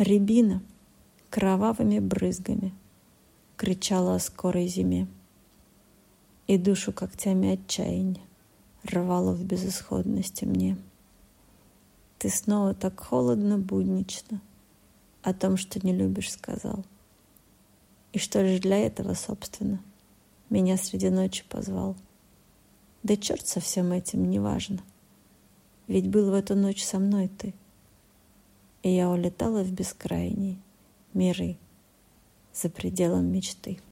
Рябина кровавыми брызгами кричала о скорой зиме, и душу когтями отчаяния рвало в безысходности мне. Ты снова так холодно, буднично о том, что не любишь, сказал. И что же для этого, собственно, меня среди ночи позвал? Да черт со всем этим, неважно, ведь был в эту ночь со мной ты, и я улетала в бескрайние миры за пределом мечты.